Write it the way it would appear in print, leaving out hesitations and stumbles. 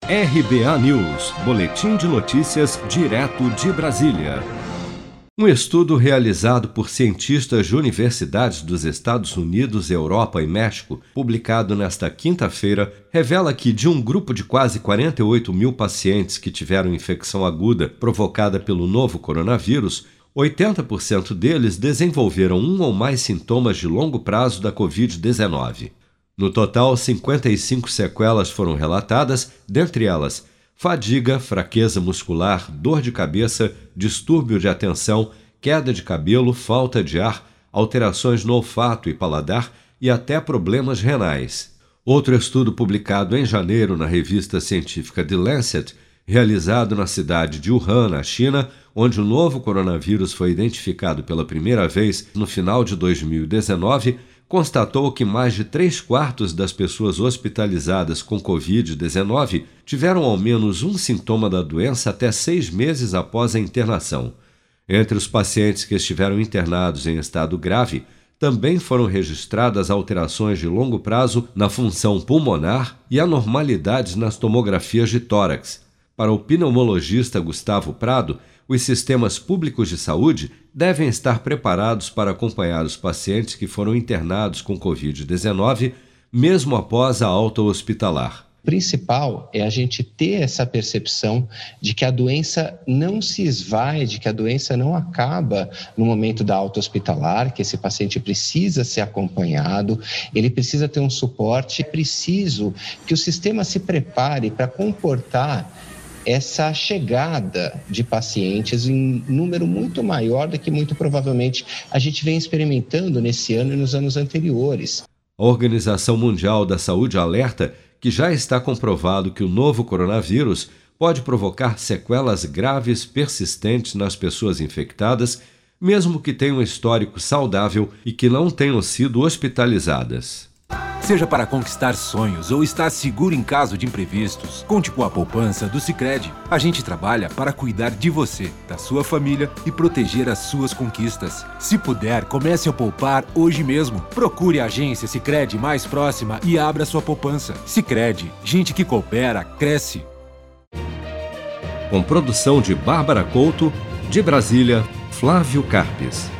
RBA News, Boletim de Notícias, direto de Brasília. Um estudo realizado por cientistas de universidades dos Estados Unidos, Europa e México, publicado nesta quinta-feira, revela que de um grupo de quase 48 mil pacientes que tiveram infecção aguda provocada pelo novo coronavírus, 80% deles desenvolveram um ou mais sintomas de longo prazo da Covid-19. No total, 55 sequelas foram relatadas, dentre elas fadiga, fraqueza muscular, dor de cabeça, distúrbio de atenção, queda de cabelo, falta de ar, alterações no olfato e paladar e até problemas renais. Outro estudo publicado em janeiro na revista científica The Lancet, realizado na cidade de Wuhan, na China, onde o novo coronavírus foi identificado pela primeira vez no final de 2019, constatou que mais de 3/4 das pessoas hospitalizadas com Covid-19 tiveram ao menos um sintoma da doença até 6 meses após a internação. Entre os pacientes que estiveram internados em estado grave, também foram registradas alterações de longo prazo na função pulmonar e anormalidades nas tomografias de tórax. Para o pneumologista Gustavo Prado, os sistemas públicos de saúde devem estar preparados para acompanhar os pacientes que foram internados com Covid-19, mesmo após a alta hospitalar. O principal é a gente ter essa percepção de que a doença não se esvai, de que a doença não acaba no momento da alta hospitalar, que esse paciente precisa ser acompanhado, ele precisa ter um suporte, é preciso que o sistema se prepare para comportar essa chegada de pacientes em número muito maior do que muito provavelmente a gente vem experimentando nesse ano e nos anos anteriores. A Organização Mundial da Saúde alerta que já está comprovado que o novo coronavírus pode provocar sequelas graves persistentes nas pessoas infectadas, mesmo que tenham um histórico saudável e que não tenham sido hospitalizadas. Seja para conquistar sonhos ou estar seguro em caso de imprevistos, conte com a poupança do Sicredi. A gente trabalha para cuidar de você, da sua família e proteger as suas conquistas. Se puder, comece a poupar hoje mesmo. Procure a agência Sicredi mais próxima e abra sua poupança. Sicredi, gente que coopera, cresce. Com produção de Bárbara Couto, de Brasília, Flávio Carpes.